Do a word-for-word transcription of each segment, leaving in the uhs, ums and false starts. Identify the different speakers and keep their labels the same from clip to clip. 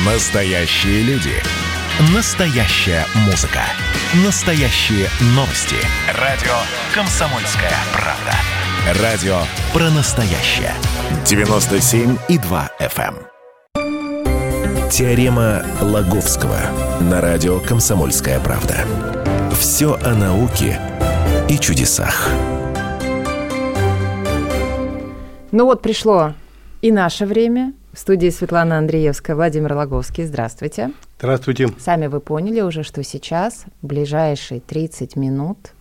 Speaker 1: Настоящие люди. Настоящая музыка. Настоящие новости. Радио «Комсомольская правда». Радио про настоящее. девяносто семь и два эф эм. Теорема Лаговского на радио «Комсомольская правда». Все о науке и чудесах.
Speaker 2: Ну вот пришло и наше время. В студии Светлана Андреевская, Владимир Лаговский. Здравствуйте.
Speaker 3: Здравствуйте.
Speaker 2: Сами вы поняли уже, что сейчас, в ближайшие тридцать минут,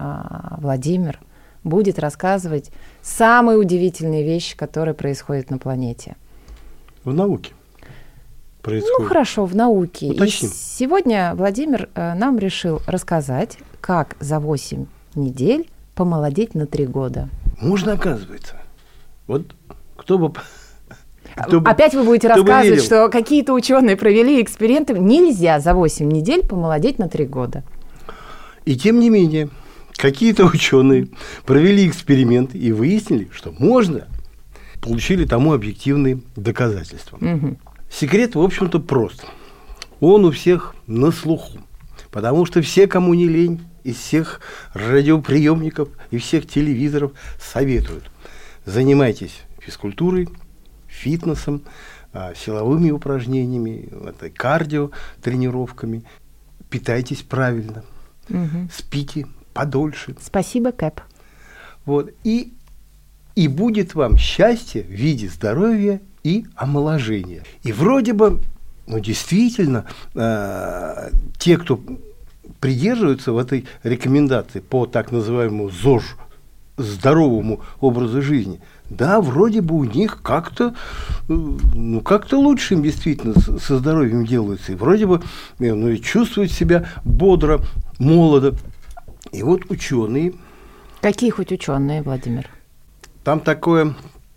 Speaker 2: Владимир будет рассказывать самые удивительные вещи, которые происходят на планете.
Speaker 3: В науке происходит.
Speaker 2: Ну хорошо, в науке.
Speaker 3: Уточним.
Speaker 2: И сегодня Владимир нам решил рассказать, как за восемь недель помолодеть на три года.
Speaker 3: Можно, оказывается. Вот кто бы...
Speaker 2: Кто Опять вы будете рассказывать, что какие-то ученые провели эксперименты. Нельзя за восемь недель помолодеть на три года.
Speaker 3: И тем не менее, какие-то ученые провели эксперимент и выяснили, что можно. Получили тому объективные доказательства. Угу. Секрет, в общем-то, прост. Он у всех на слуху. Потому что все, кому не лень, из всех радиоприемников и всех телевизоров советуют. Занимайтесь физкультурой, фитнесом, силовыми упражнениями, кардио тренировками. Питайтесь правильно, угу. Спите подольше.
Speaker 2: Спасибо, Кэп.
Speaker 3: Вот. И, и будет вам счастье в виде здоровья и омоложения. И вроде бы, ну действительно, э, те, кто придерживаются в этой рекомендации по так называемому ЗОЖ, здоровому образу жизни, да, вроде бы у них как-то, ну, как-то лучше им действительно со здоровьем делается. И вроде бы ну, и чувствуют себя бодро, молодо. И вот ученые...
Speaker 2: Какие хоть ученые, Владимир?
Speaker 3: Там такое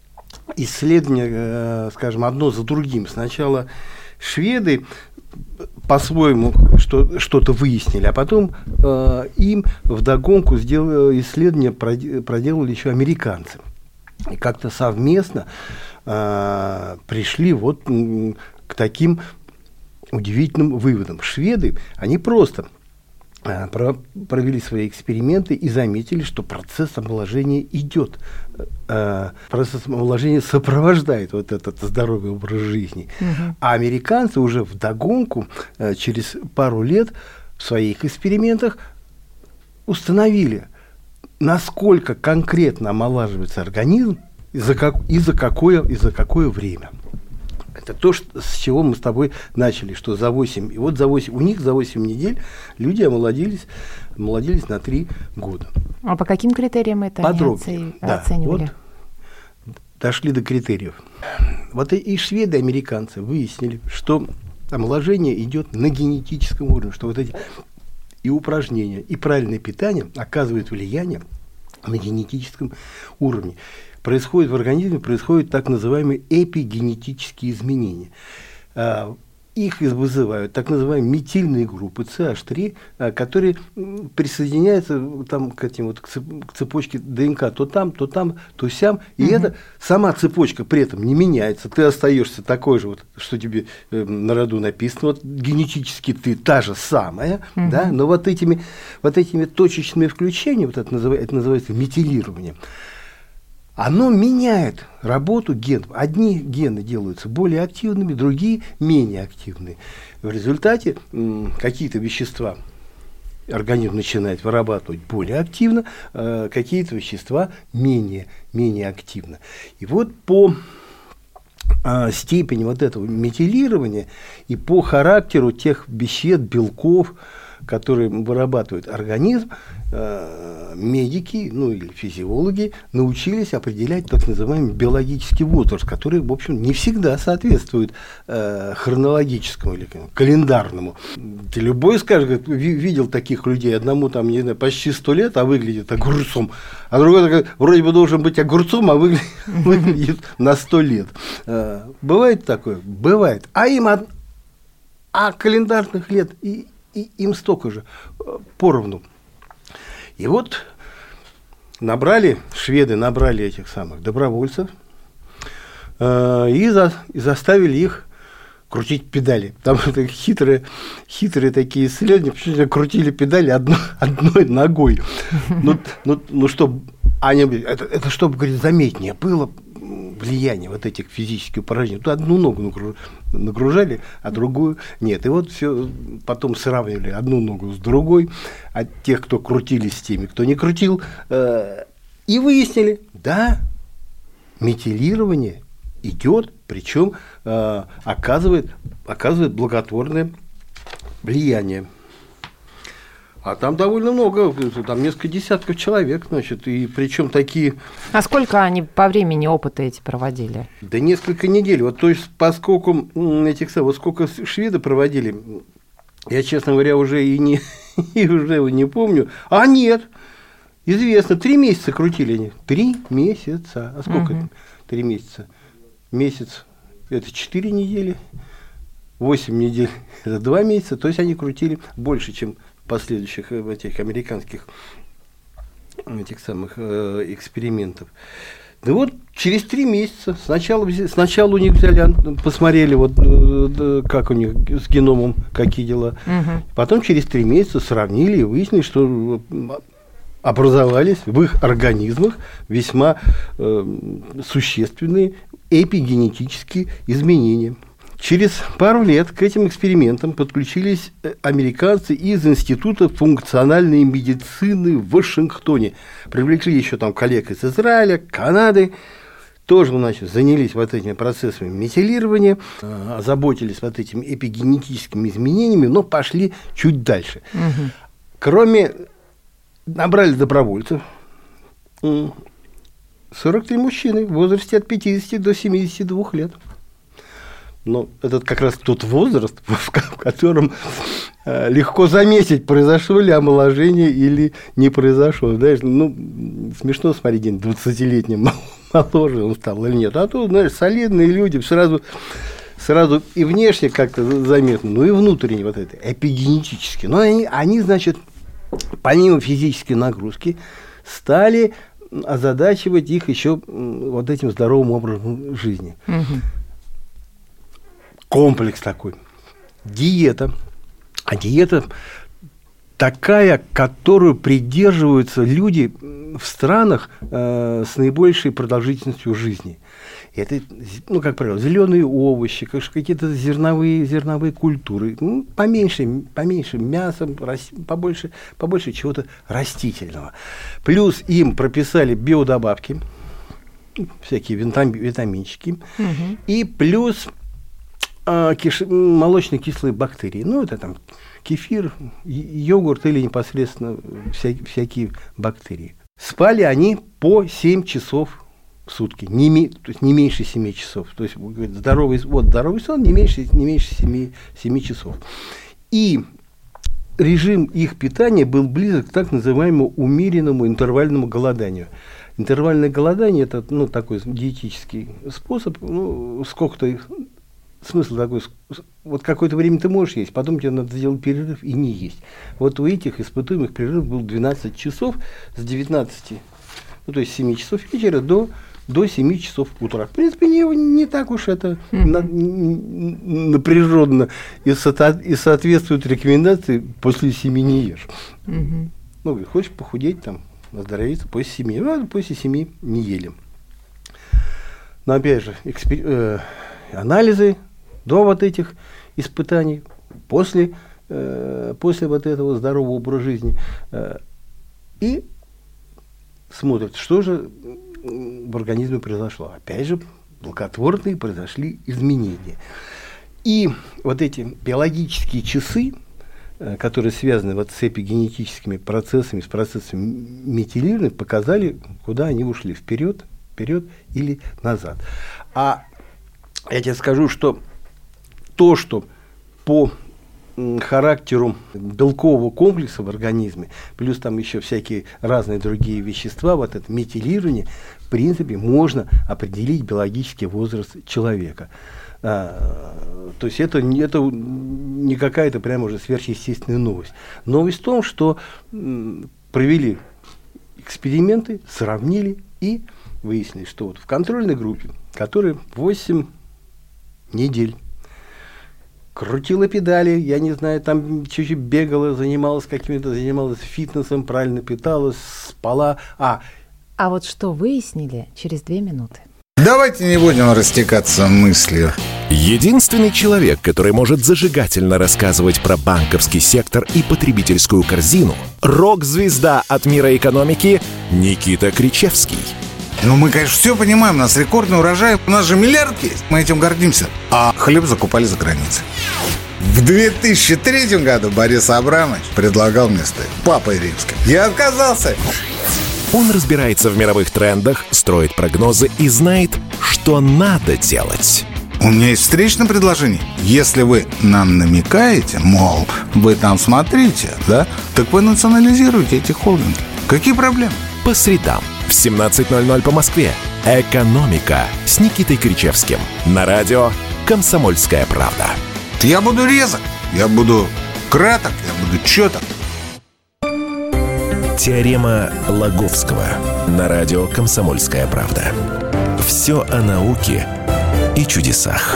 Speaker 3: исследование, скажем, одно за другим. Сначала шведы по-своему что, что-то выяснили, а потом э, им вдогонку сделали, исследование проделали еще американцы. И как-то совместно э, пришли вот м, к таким удивительным выводам. Шведы, они просто э, про, провели свои эксперименты и заметили, что процесс омоложения идет. Э, процесс омоложения сопровождает вот этот здоровый образ жизни. Угу. А американцы уже вдогонку э, через пару лет в своих экспериментах установили, насколько конкретно омолаживается организм и за, как, и за, какое, и за какое время. Это то, что, с чего мы с тобой начали, что за восемь, и вот за восемь, у них за восемь недель люди омолодились, омолодились на три года.
Speaker 2: А по каким критериям это
Speaker 3: подробнее,
Speaker 2: они оценивали?
Speaker 3: Да, вот дошли до критериев. Вот и шведы, и американцы выяснили, что омоложение идет на генетическом уровне, что вот эти и упражнения, и правильное питание оказывают влияние на генетическом уровне. Происходит в организме, происходят так называемые эпигенетические изменения. Их вызывают так называемые метильные группы си эйч три, которые присоединяются там, к, этим вот, к цепочке ДНК то там, то там, то сям. И угу. эта сама цепочка при этом не меняется. Ты остаешься такой же, вот, что тебе э, на роду написано. Вот, генетически ты та же самая, угу. да, но вот этими, вот этими точечными включениями, вот это, называется, это называется метилирование, оно меняет работу генов. Одни гены делаются более активными, другие менее активные. В результате м, какие-то вещества организм начинает вырабатывать более активно, э, какие-то вещества менее, менее активно. И вот по э, степени вот этого метилирования и по характеру тех веществ, белков, которые вырабатывает организм, э, медики, ну или физиологи научились определять так называемый биологический возраст, который, в общем, не всегда соответствует э, хронологическому или календарному. Ты любой скажет, видел таких людей, одному там, не знаю, почти сто лет, а выглядит огурцом, а другой такой, вроде бы должен быть огурцом, а выглядит, выглядит на сто лет. Э, бывает такое? Бывает. А им от, а календарных лет и И им столько же, поровну. И вот набрали, шведы набрали этих самых добровольцев э, и, за, и заставили их крутить педали. Там это хитрые, хитрые такие исследования, почему крутили педали одно, одной ногой. Ну, ну, ну чтобы они, это, это чтобы, говорит, заметнее было влияние вот этих физических упражнений. Тут одну ногу нагружали, а другую нет. И вот все потом сравнивали одну ногу с другой, от тех, кто крутились, с теми, кто не крутил, э, и выяснили, да, метилирование идет, причем э, оказывает, оказывает благотворное влияние. А там довольно много, там несколько десятков человек, значит, и причем такие...
Speaker 2: А сколько они по времени опыты эти проводили?
Speaker 3: Да несколько недель. Вот, то есть, поскольку этих, вот сколько шведы проводили, я, честно говоря, уже и не, и уже не помню. А нет, известно, три месяца крутили они. Три месяца. А сколько угу. это? Три месяца. Месяц – это четыре недели, восемь недель – это два месяца. То есть, они крутили больше, чем последующих этих американских этих самых э, экспериментов. Да вот через три месяца сначала, сначала у них взяли, посмотрели, вот, э, как у них с геномом, какие дела. Угу. Потом через три месяца сравнили и выяснили, что образовались в их организмах весьма э, существенные эпигенетические изменения. Через пару лет к этим экспериментам подключились американцы из Института функциональной медицины в Вашингтоне. Привлекли еще там коллег из Израиля, Канады. Тоже, значит, занялись вот этими процессами метилирования, озаботились вот этими эпигенетическими изменениями, но пошли чуть дальше. Угу. Кроме... Набрали добровольцев. сорок три мужчины в возрасте от пятидесяти до семидесяти двух лет. Но это как раз тот возраст, в котором э, легко заметить, произошло ли омоложение или не произошло. Знаешь, ну, смешно смотреть, день двадцатилетним моложе он стал или нет. А то, знаешь, солидные люди, сразу, сразу и внешне как-то заметно, ну и внутренне вот это, эпигенетически. Но они, они, значит, помимо физической нагрузки, стали озадачивать их еще вот этим здоровым образом жизни. Угу. Комплекс такой. Диета. А диета такая, которую придерживаются люди в странах э, с наибольшей продолжительностью жизни. Это, ну, как правило, зеленые овощи, какие-то зерновые, зерновые культуры, ну, поменьше, поменьше мяса, побольше, побольше чего-то растительного. Плюс им прописали биодобавки, всякие витаминчики, угу. И плюс а, киш, молочно-кислые бактерии. Ну, это там кефир, йогурт или непосредственно вся, всякие бактерии. Спали они по семь часов в сутки, не, то есть не меньше семи часов. То есть здоровый, вот, здоровый сон не меньше, не меньше семи часов. И режим их питания был близок к так называемому умеренному интервальному голоданию. Интервальное голодание – это, ну, такой диетический способ, ну, сколько-то их, смысл такой, вот какое-то время ты можешь есть, потом тебе надо сделать перерыв и не есть. Вот у этих испытуемых перерыв был двенадцать часов с девятнадцати, ну, то есть с семи часов вечера до, до семи часов утра. В принципе, не, не так уж это mm-hmm. на, напряженно и, со, и соответствует рекомендации после семи не ешь. Mm-hmm. Ну, хочешь похудеть, там, оздоровиться, после семи, ну, после семи не ели. Но опять же, экспер... э, анализы до вот этих испытаний, после, э, после вот этого здорового образа жизни, э, и смотрят, что же в организме произошло. Опять же, благотворные произошли изменения. И вот эти биологические часы, э, которые связаны вот с эпигенетическими процессами, с процессами метилирования, показали, куда они ушли, вперед, вперед или назад. А я тебе скажу, что то, что по характеру белкового комплекса в организме, плюс там еще всякие разные другие вещества, вот это метилирование, в принципе, можно определить биологический возраст человека. А, то есть это, это не какая-то прямо уже сверхъестественная новость. Новость в том, что м, провели эксперименты, сравнили и выяснили, что вот в контрольной группе, которая восемь недель крутила педали, я не знаю, там чуть-чуть бегала, занималась каким-то, занималась фитнесом, правильно питалась, спала. А,
Speaker 2: а вот что выяснили через две минуты.
Speaker 4: Давайте не будем растекаться мыслью.
Speaker 1: Единственный человек, который может зажигательно рассказывать про банковский сектор и потребительскую корзину, рок-звезда от мира экономики Никита Кричевский.
Speaker 4: Ну, мы, конечно, все понимаем, у нас рекордный урожай, у нас же миллиард есть, мы этим гордимся. А хлеб закупали за границей. В две тысячи третьем году Борис Абрамович предлагал мне стать папой римским. Я отказался.
Speaker 1: Он разбирается в мировых трендах, строит прогнозы и знает, что надо делать.
Speaker 4: У меня есть встречное предложение. Если вы нам намекаете, мол, вы там смотрите, да, так вы национализируете эти холдинги. Какие проблемы?
Speaker 1: По средам в семнадцать ноль ноль по Москве. «Экономика» с Никитой Кричевским. На радио «Комсомольская правда».
Speaker 4: Я буду резок, я буду краток, я буду чёток.
Speaker 1: Теорема Лаговского на радио «Комсомольская правда». Все о науке и чудесах.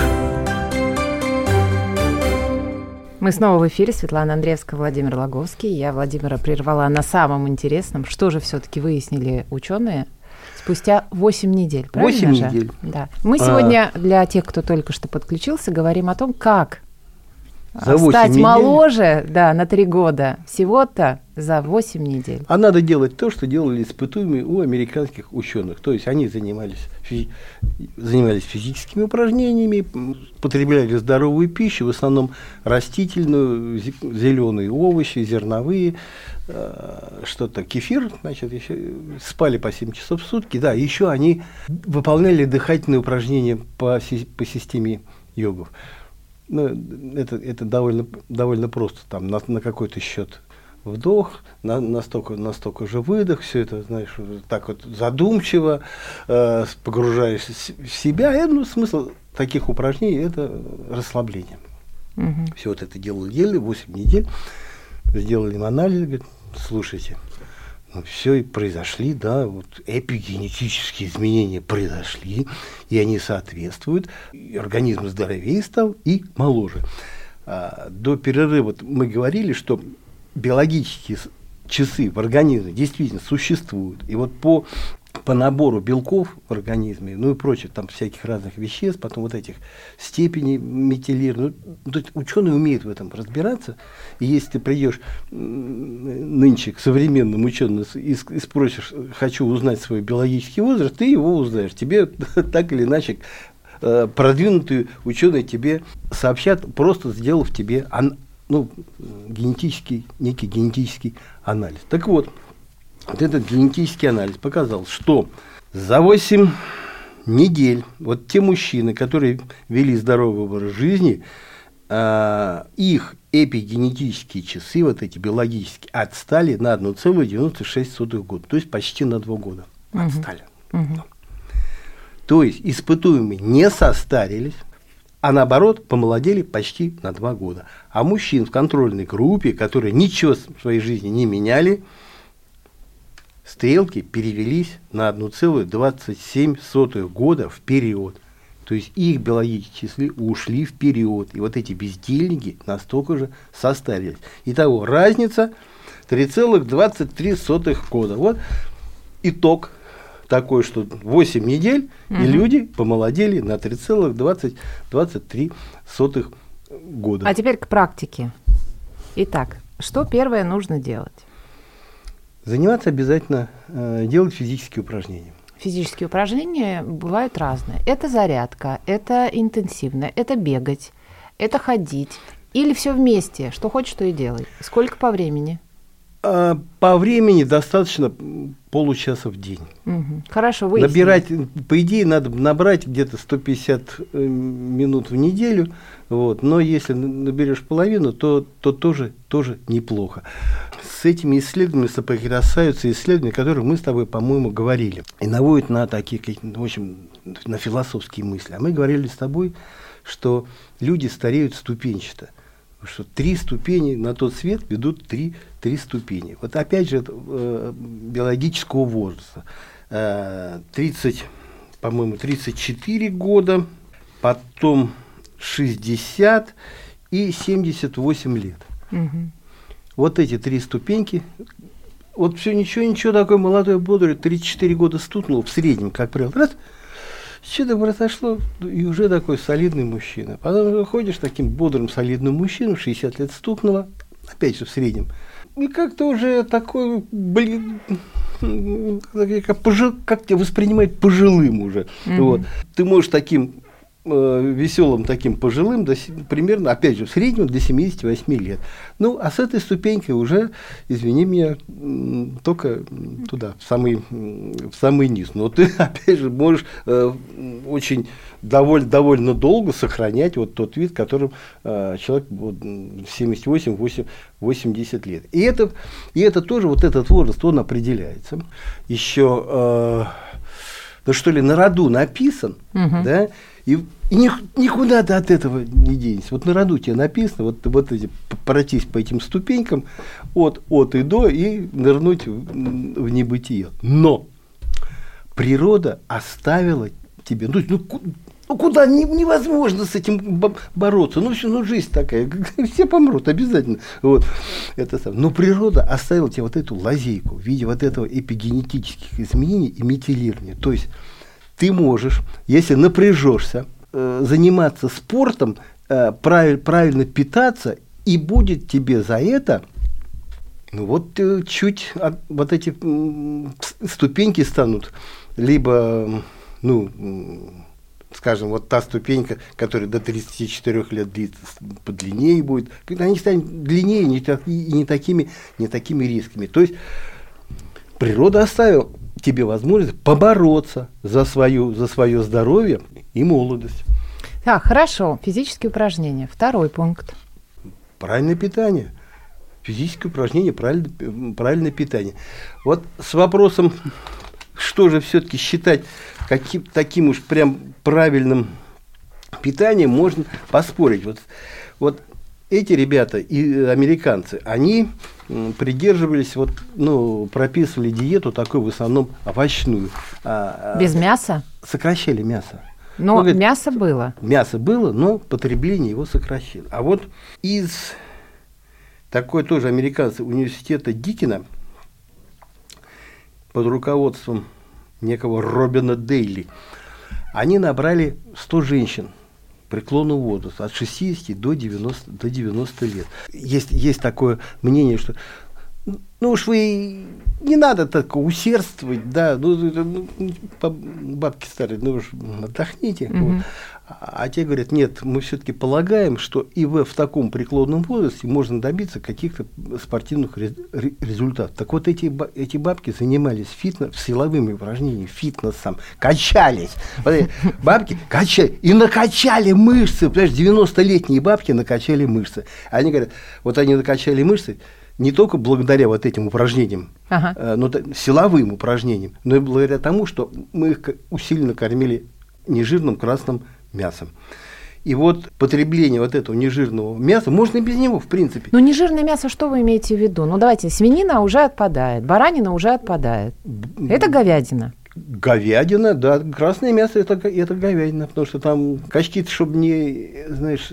Speaker 2: Мы снова в эфире. Светлана Андреевская, Владимир Лаговский. Я Владимира прервала на самом интересном. Что же все-таки выяснили ученые спустя восемь недель? Правильно
Speaker 3: восемь
Speaker 2: же?
Speaker 3: недель.
Speaker 2: Да. Мы сегодня, а... для тех, кто только что подключился, говорим о том, как за стать недель... моложе, да, на три года. Всего-то за восемь недель.
Speaker 3: А надо делать то, что делали испытуемые у американских ученых. То есть они занимались, физи... занимались физическими упражнениями, потребляли здоровую пищу, в основном растительную, зеленые овощи, зерновые, что-то, кефир, значит, еще спали по семь часов в сутки. Да, еще они выполняли дыхательные упражнения по, по системе йогов. Ну, это, это довольно, довольно просто, там, на, на какой-то счет вдох, на, настолько, настолько же выдох, все это, знаешь, так вот задумчиво, э, погружаешься в себя. И, ну, смысл таких упражнений – это расслабление. Угу. Все вот это делали, делали восемь недель, сделали им анализ, говорят, слушайте, ну, все и произошли, да, вот эпигенетические изменения произошли, и они соответствуют, и организм здоровее стал и моложе. А, до перерыва мы говорили, что биологические часы в организме действительно существуют, и вот по, по набору белков в организме, ну и прочих там всяких разных веществ, потом вот этих степеней метилирования, ну, то есть ученые умеют в этом разбираться, и если ты придешь нынче к современным ученым и, и спросишь, хочу узнать свой биологический возраст, ты его узнаешь, тебе так или иначе продвинутые ученые тебе сообщат, просто сделав тебе ан, ну, генетический, некий генетический анализ. Так вот, вот этот генетический анализ показал, что за восемь недель вот те мужчины, которые вели здоровый образ жизни, э, их эпигенетические часы, вот эти биологические, отстали на одна целая девяносто шесть сотых года, то есть почти на два года угу. отстали. Угу. То есть испытуемые не состарились, а наоборот помолодели почти на два года. А мужчин в контрольной группе, которые ничего в своей жизни не меняли, стрелки перевелись на одна целая двадцать семь сотых года вперед. То есть их биологические числы ушли вперед. И вот эти бездельники настолько же состарились. Итого разница три целых двадцать три сотых года. Вот итог такой, что восемь недель, угу. и люди помолодели на три целых двадцать три сотых года.
Speaker 2: А теперь к практике. Итак, что первое нужно делать?
Speaker 3: Заниматься обязательно, э, делать физические упражнения.
Speaker 2: Физические упражнения бывают разные. Это зарядка, это интенсивно, это бегать, это ходить. Или все вместе, что хочешь, то и делай. Сколько по времени?
Speaker 3: А, по времени достаточно получаса в день. Угу.
Speaker 2: Хорошо, выяснили.
Speaker 3: Набирать, по идее, надо набрать где-то сто пятьдесят минут в неделю, вот, но если наберешь половину, то, то тоже, тоже неплохо. С этими исследованиями соприкасаются исследования, которые мы с тобой, по-моему, говорили, и наводят на такие, в общем, на философские мысли. А мы говорили с тобой, что люди стареют ступенчато. Что три ступени на тот свет ведут три, три ступени. Вот опять же, э, биологического возраста. Э, тридцать, по-моему, тридцать четыре года, потом шестьдесят и семьдесят восемь лет.
Speaker 2: Угу.
Speaker 3: Вот эти три ступеньки. Вот все ничего-ничего, такой молодой, бодрый, тридцать четыре года стукнул, в среднем, как правило. Раз, что-то произошло, и уже такой солидный мужчина. Потом ходишь таким бодрым, солидным мужчиной, шестьдесят лет стукнуло, опять же в среднем. И как-то уже такой, блин, как, пожи, как тебя воспринимать пожилым уже. Mm-hmm. Вот. Ты можешь таким э, веселым, таким пожилым, до, примерно, опять же, в среднем до семидесяти восьми лет. Ну, а с этой ступенькой уже, извини меня, только туда, в самый, в самый низ. Но ты, опять же, можешь э, очень довольно, довольно долго сохранять вот тот вид, которым э, человек вот, семьдесят восемь — восемьдесят лет. И это, и это тоже, вот этот возраст, он определяется. Еще, э, ну что ли, на роду написан, угу. да, и, и ни, никуда ты от этого не денешься. Вот на роду тебе написано, вот, вот эти, пройтись по этим ступенькам от, от и до, и нырнуть в, в небытие. Но природа оставила тебе, ну, ну, ну куда не, невозможно с этим бороться, ну все, ну жизнь такая, все помрут обязательно. Вот. Это сам. Но природа оставила тебе вот эту лазейку в виде вот этого эпигенетических изменений и метилирования. То есть ты можешь, если напряжешься, э, заниматься спортом, э, правиль, правильно питаться, и будет тебе за это ну, вот э, чуть от, вот эти э, ступеньки станут либо, ну, скажем, вот та ступенька, которая до тридцати четырёх лет длится, подлиннее будет, они станут длиннее не так, и не такими, не такими резкими. То есть природа оставила тебе возможность побороться за, свою, за свое здоровье и молодость.
Speaker 2: Так, хорошо. Физические упражнения. Второй пункт.
Speaker 3: Правильное питание. Физические упражнения, правильное, правильное питание. Вот с вопросом, что же все-таки считать каким, таким уж прям правильным питанием, можно поспорить. Вот, вот эти ребята, и американцы, они придерживались, вот, ну, прописывали диету такую в основном овощную.
Speaker 2: Без мяса?
Speaker 3: Сокращали мясо.
Speaker 2: Но ну, говорит, мясо было.
Speaker 3: Мясо было, но потребление его сокращало. А вот из такой тоже американцы университета Дикина под руководством некого Робина Дейли, они набрали сто женщин преклонного возраста от шестидесяти до девяноста, до девяноста лет. Есть, есть такое мнение, что ну уж вы не надо так усердствовать, да, ну, ну бабки старые, ну уж отдохните. Mm-hmm. Вот. А те говорят, нет, мы все-таки полагаем, что и в, в таком преклонном возрасте можно добиться каких-то спортивных результатов. Так вот эти, эти бабки занимались фитнес, силовыми упражнениями, фитнесом, качались. Бабки качали и накачали мышцы. Понимаешь, девяностолетние бабки накачали мышцы. Они говорят, вот они накачали мышцы не только благодаря вот этим упражнениям, ага. но, силовым упражнениям, но и благодаря тому, что мы их усиленно кормили нежирным красным мясом. И вот потребление вот этого нежирного мяса, можно и без него, в принципе.
Speaker 2: Ну, нежирное мясо, что вы имеете в виду? Ну, давайте, свинина уже отпадает, баранина уже отпадает. Это говядина.
Speaker 3: Говядина, да, красное мясо это, это говядина, потому что там качки-то, чтобы не, знаешь,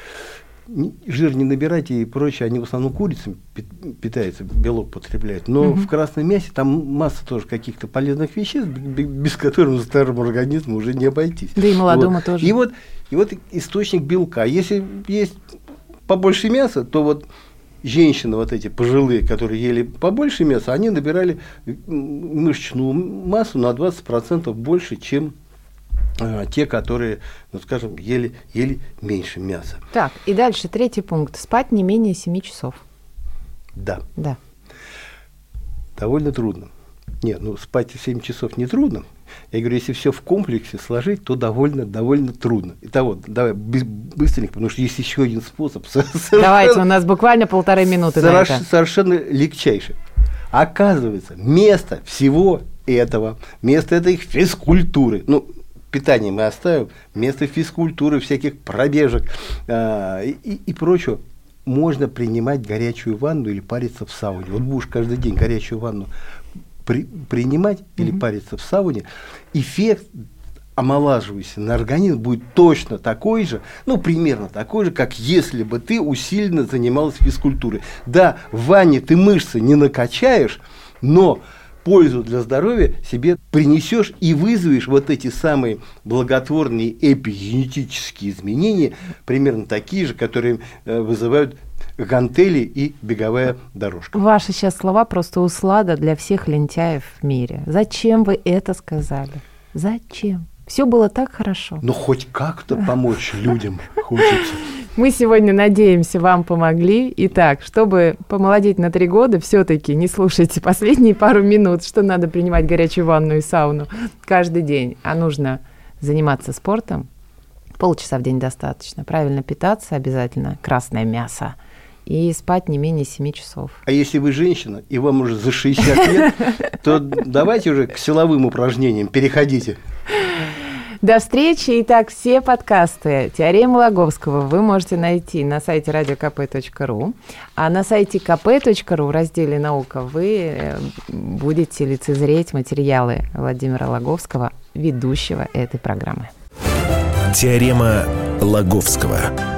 Speaker 3: жир не набирать и прочее, они в основном курицами питаются, белок потребляют. Но угу. в красном мясе там масса тоже каких-то полезных веществ, без которых старому организму уже не обойтись.
Speaker 2: Да и молодому вот. тоже.
Speaker 3: И вот, и вот источник белка. Если есть побольше мяса, то вот женщины вот эти пожилые, которые ели побольше мяса, они набирали мышечную массу на двадцать процентов больше, чем те, которые, ну, скажем, ели, ели меньше мяса.
Speaker 2: Так, и дальше третий пункт. Спать не менее семи часов.
Speaker 3: Да.
Speaker 2: Да.
Speaker 3: Довольно трудно. Нет, ну спать семь часов не трудно. Я говорю, если все в комплексе сложить, то довольно, довольно трудно. Итого, давай быстренько, потому что есть еще один способ.
Speaker 2: Давайте, у нас буквально полторы минуты на это.
Speaker 3: Совершенно легчайший. Оказывается, место всего этого, место этой физкультуры, ну, питание мы оставим, вместо физкультуры, всяких пробежек э, и, и прочего, можно принимать горячую ванну или париться в сауне. Вот будешь каждый день горячую ванну при, принимать mm-hmm. или париться в сауне, эффект омолаживающийся организм будет точно такой же, ну, примерно такой же, как если бы ты усиленно занималась физкультурой. Да, в ванне ты мышцы не накачаешь, но пользу для здоровья себе принесешь и вызовешь вот эти самые благотворные эпигенетические изменения, примерно такие же, которые э, вызывают гантели и беговая дорожка.
Speaker 2: Ваши сейчас слова просто услада для всех лентяев в мире. Зачем вы это сказали? Зачем? Все было так хорошо.
Speaker 3: Ну, хоть как-то помочь людям хочется.
Speaker 2: Мы сегодня, надеемся, вам помогли. Итак, чтобы помолодеть на три года, все-таки не слушайте последние пару минут, что надо принимать горячую ванну и сауну каждый день, а нужно заниматься спортом. Полчаса в день достаточно. Правильно питаться обязательно, красное мясо. И спать не менее семи часов.
Speaker 3: А если вы женщина, и вам уже за шестьдесят лет, то давайте уже к силовым упражнениям переходите.
Speaker 2: До встречи. Итак, все подкасты «Теоремы Лаговского» вы можете найти на сайте радио ка пэ точка ру. А на сайте ка пэ точка ру в разделе «Наука» вы будете лицезреть материалы Владимира Лаговского, ведущего этой программы.
Speaker 1: Теорема Лаговского.